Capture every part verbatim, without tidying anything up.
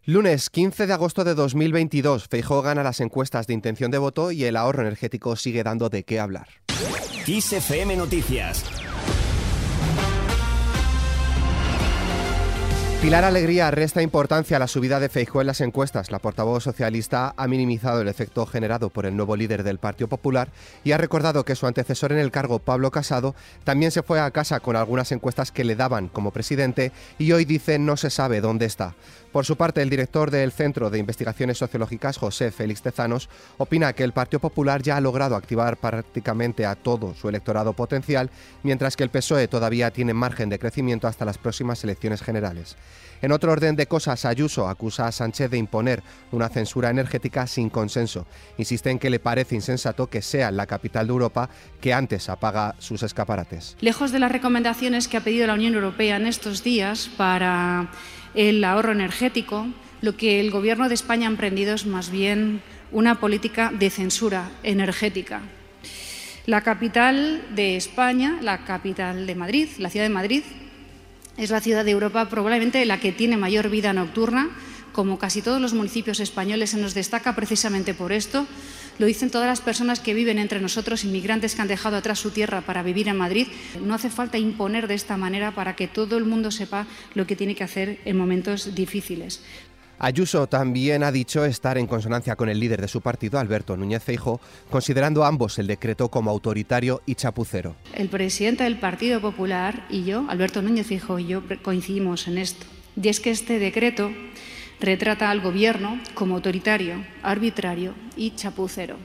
Lunes quince de agosto de dos mil veintidós, Feijóo gana las encuestas de intención de voto y el ahorro energético sigue dando de qué hablar. Kiss F M Noticias. Pilar Alegría resta importancia a la subida de Feijóo en las encuestas. La portavoz socialista ha minimizado el efecto generado por el nuevo líder del Partido Popular y ha recordado que su antecesor en el cargo, Pablo Casado, también se fue a casa con algunas encuestas que le daban como presidente y hoy dice no se sabe dónde está. Por su parte, el director del Centro de Investigaciones Sociológicas, José Félix Tezanos, opina que el Partido Popular ya ha logrado activar prácticamente a todo su electorado potencial, mientras que el P S O E todavía tiene margen de crecimiento hasta las próximas elecciones generales. En otro orden de cosas, Ayuso acusa a Sánchez de imponer una censura energética sin consenso. Insiste en que le parece insensato que sea la capital de Europa que antes apaga sus escaparates. Lejos de las recomendaciones que ha pedido la Unión Europea en estos días para el ahorro energético, lo que el Gobierno de España ha emprendido es más bien una política de censura energética. La capital de España, la capital de Madrid, la ciudad de Madrid, es la ciudad de Europa probablemente la que tiene mayor vida nocturna. Como casi todos los municipios españoles, se nos destaca precisamente por esto. Lo dicen todas las personas que viven entre nosotros, inmigrantes que han dejado atrás su tierra para vivir en Madrid. No hace falta imponer de esta manera para que todo el mundo sepa lo que tiene que hacer en momentos difíciles. Ayuso también ha dicho estar en consonancia con el líder de su partido, Alberto Núñez Feijóo, considerando ambos el decreto como autoritario y chapucero. El presidente del Partido Popular y yo, Alberto Núñez Feijóo y yo, coincidimos en esto. Y es que este decreto retrata al Gobierno como autoritario, arbitrario y chapucero.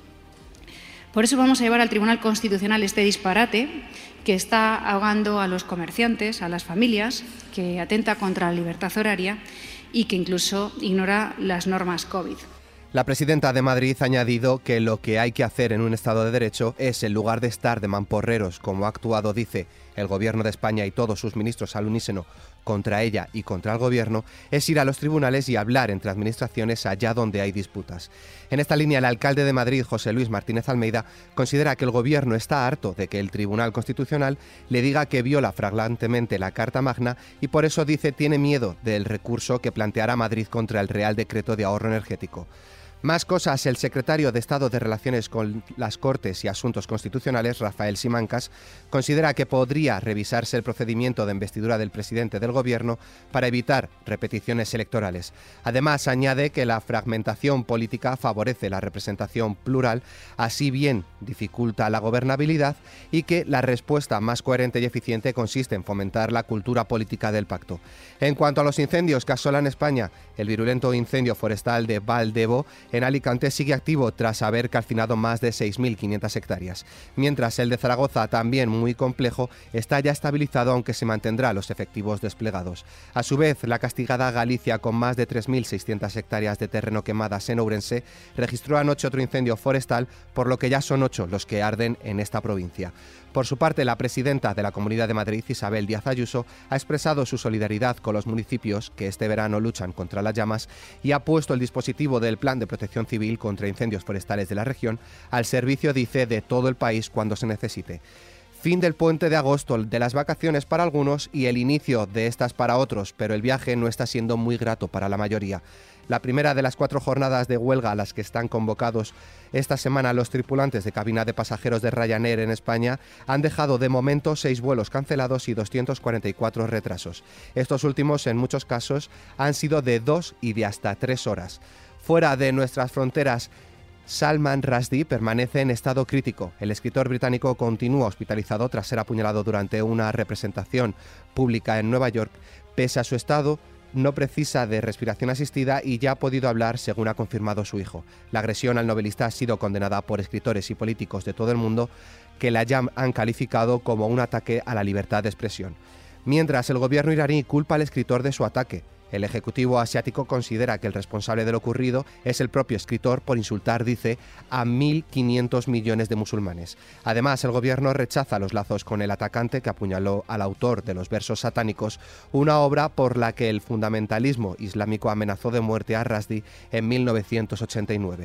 Por eso vamos a llevar al Tribunal Constitucional este disparate que está ahogando a los comerciantes, a las familias, que atenta contra la libertad horaria y que incluso ignora las normas COVID. La presidenta de Madrid ha añadido que lo que hay que hacer en un Estado de Derecho es, en lugar de estar de mamporreros como ha actuado, dice, el Gobierno de España y todos sus ministros al unísono contra ella y contra el Gobierno, es ir a los tribunales y hablar entre administraciones allá donde hay disputas. En esta línea, el alcalde de Madrid, José Luis Martínez Almeida, considera que el Gobierno está harto de que el Tribunal Constitucional le diga que viola flagrantemente la Carta Magna y por eso, dice, tiene miedo del recurso que planteará Madrid contra el Real Decreto de Ahorro Energético. Más cosas. El secretario de Estado de Relaciones con las Cortes y Asuntos Constitucionales, Rafael Simancas, considera que podría revisarse el procedimiento de investidura del presidente del Gobierno para evitar repeticiones electorales. Además, añade que la fragmentación política favorece la representación plural, así bien dificulta la gobernabilidad, y que la respuesta más coherente y eficiente consiste en fomentar la cultura política del pacto. En cuanto a los incendios que asolan España, el virulento incendio forestal de Val d'Ebo en Alicante sigue activo tras haber calcinado más de seis mil quinientas hectáreas, mientras el de Zaragoza, también muy complejo, está ya estabilizado, aunque se mantendrá los efectivos desplegados. A su vez, la castigada Galicia, con más de tres mil seiscientas hectáreas de terreno quemadas en Ourense, registró anoche otro incendio forestal, por lo que ya son ocho los que arden en esta provincia. Por su parte, la presidenta de la Comunidad de Madrid, Isabel Díaz Ayuso, ha expresado su solidaridad con los municipios que este verano luchan contra las llamas y ha puesto el dispositivo del Plan de Protección Civil contra incendios forestales de la región al servicio, dice, de todo el país cuando se necesite. Fin del puente de agosto, de las vacaciones para algunos y el inicio de estas para otros, pero el viaje no está siendo muy grato para la mayoría. La primera de las cuatro jornadas de huelga a las que están convocados esta semana los tripulantes de cabina de pasajeros de Ryanair en España han dejado de momento seis vuelos cancelados y doscientos cuarenta y cuatro retrasos. Estos últimos, en muchos casos, han sido de dos y de hasta tres horas. Fuera de nuestras fronteras, Salman Rushdie permanece en estado crítico. El escritor británico continúa hospitalizado tras ser apuñalado durante una representación pública en Nueva York. Pese a su estado, no precisa de respiración asistida y ya ha podido hablar, según ha confirmado su hijo. La agresión al novelista ha sido condenada por escritores y políticos de todo el mundo, que la han calificado como un ataque a la libertad de expresión. Mientras, el gobierno iraní culpa al escritor de su ataque. El ejecutivo asiático considera que el responsable de lo ocurrido es el propio escritor por insultar, dice, a mil quinientos millones de musulmanes. Además, el gobierno rechaza los lazos con el atacante que apuñaló al autor de los versos satánicos, una obra por la que el fundamentalismo islámico amenazó de muerte a Rushdie en mil novecientos ochenta y nueve.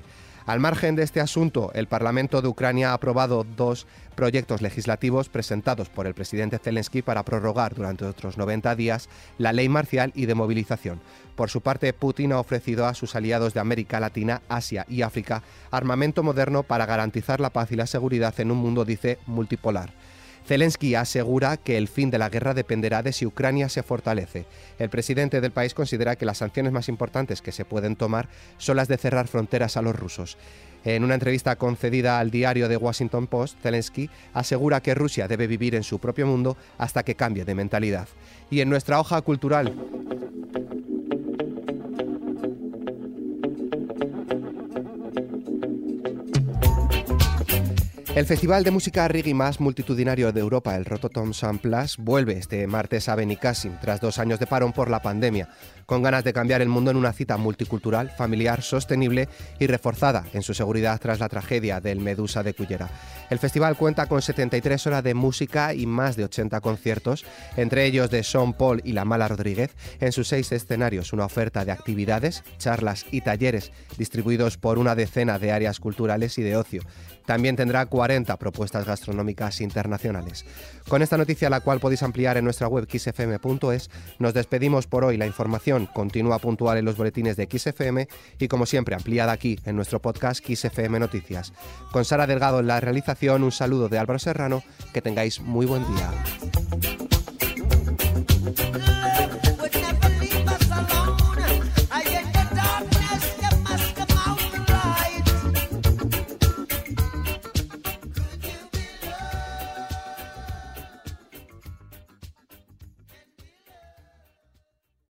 Al margen de este asunto, el Parlamento de Ucrania ha aprobado dos proyectos legislativos presentados por el presidente Zelensky para prorrogar durante otros noventa días la ley marcial y de movilización. Por su parte, Putin ha ofrecido a sus aliados de América Latina, Asia y África armamento moderno para garantizar la paz y la seguridad en un mundo, dice, multipolar. Zelensky asegura que el fin de la guerra dependerá de si Ucrania se fortalece. El presidente del país considera que las sanciones más importantes que se pueden tomar son las de cerrar fronteras a los rusos. En una entrevista concedida al diario The Washington Post, Zelensky asegura que Rusia debe vivir en su propio mundo hasta que cambie de mentalidad. Y en nuestra hoja cultural... El festival de música reggae más multitudinario de Europa, el Rototom Sound Plus, vuelve este martes a Benicàssim tras dos años de parón por la pandemia, con ganas de cambiar el mundo en una cita multicultural, familiar, sostenible y reforzada en su seguridad tras la tragedia del Medusa de Cullera. El festival cuenta con setenta y tres horas de música y más de ochenta conciertos, entre ellos de Sean Paul y La Mala Rodríguez, en sus seis escenarios, una oferta de actividades, charlas y talleres distribuidos por una decena de áreas culturales y de ocio. También tendrá cuarenta propuestas gastronómicas internacionales. Con esta noticia, la cual podéis ampliar en nuestra web kiss f m punto es, nos despedimos por hoy. La información continúa puntual en los boletines de Kiss F M y, como siempre, ampliada aquí en nuestro podcast Kiss F M Noticias. Con Sara Delgado en la realización, un saludo de Álvaro Serrano. Que tengáis muy buen día.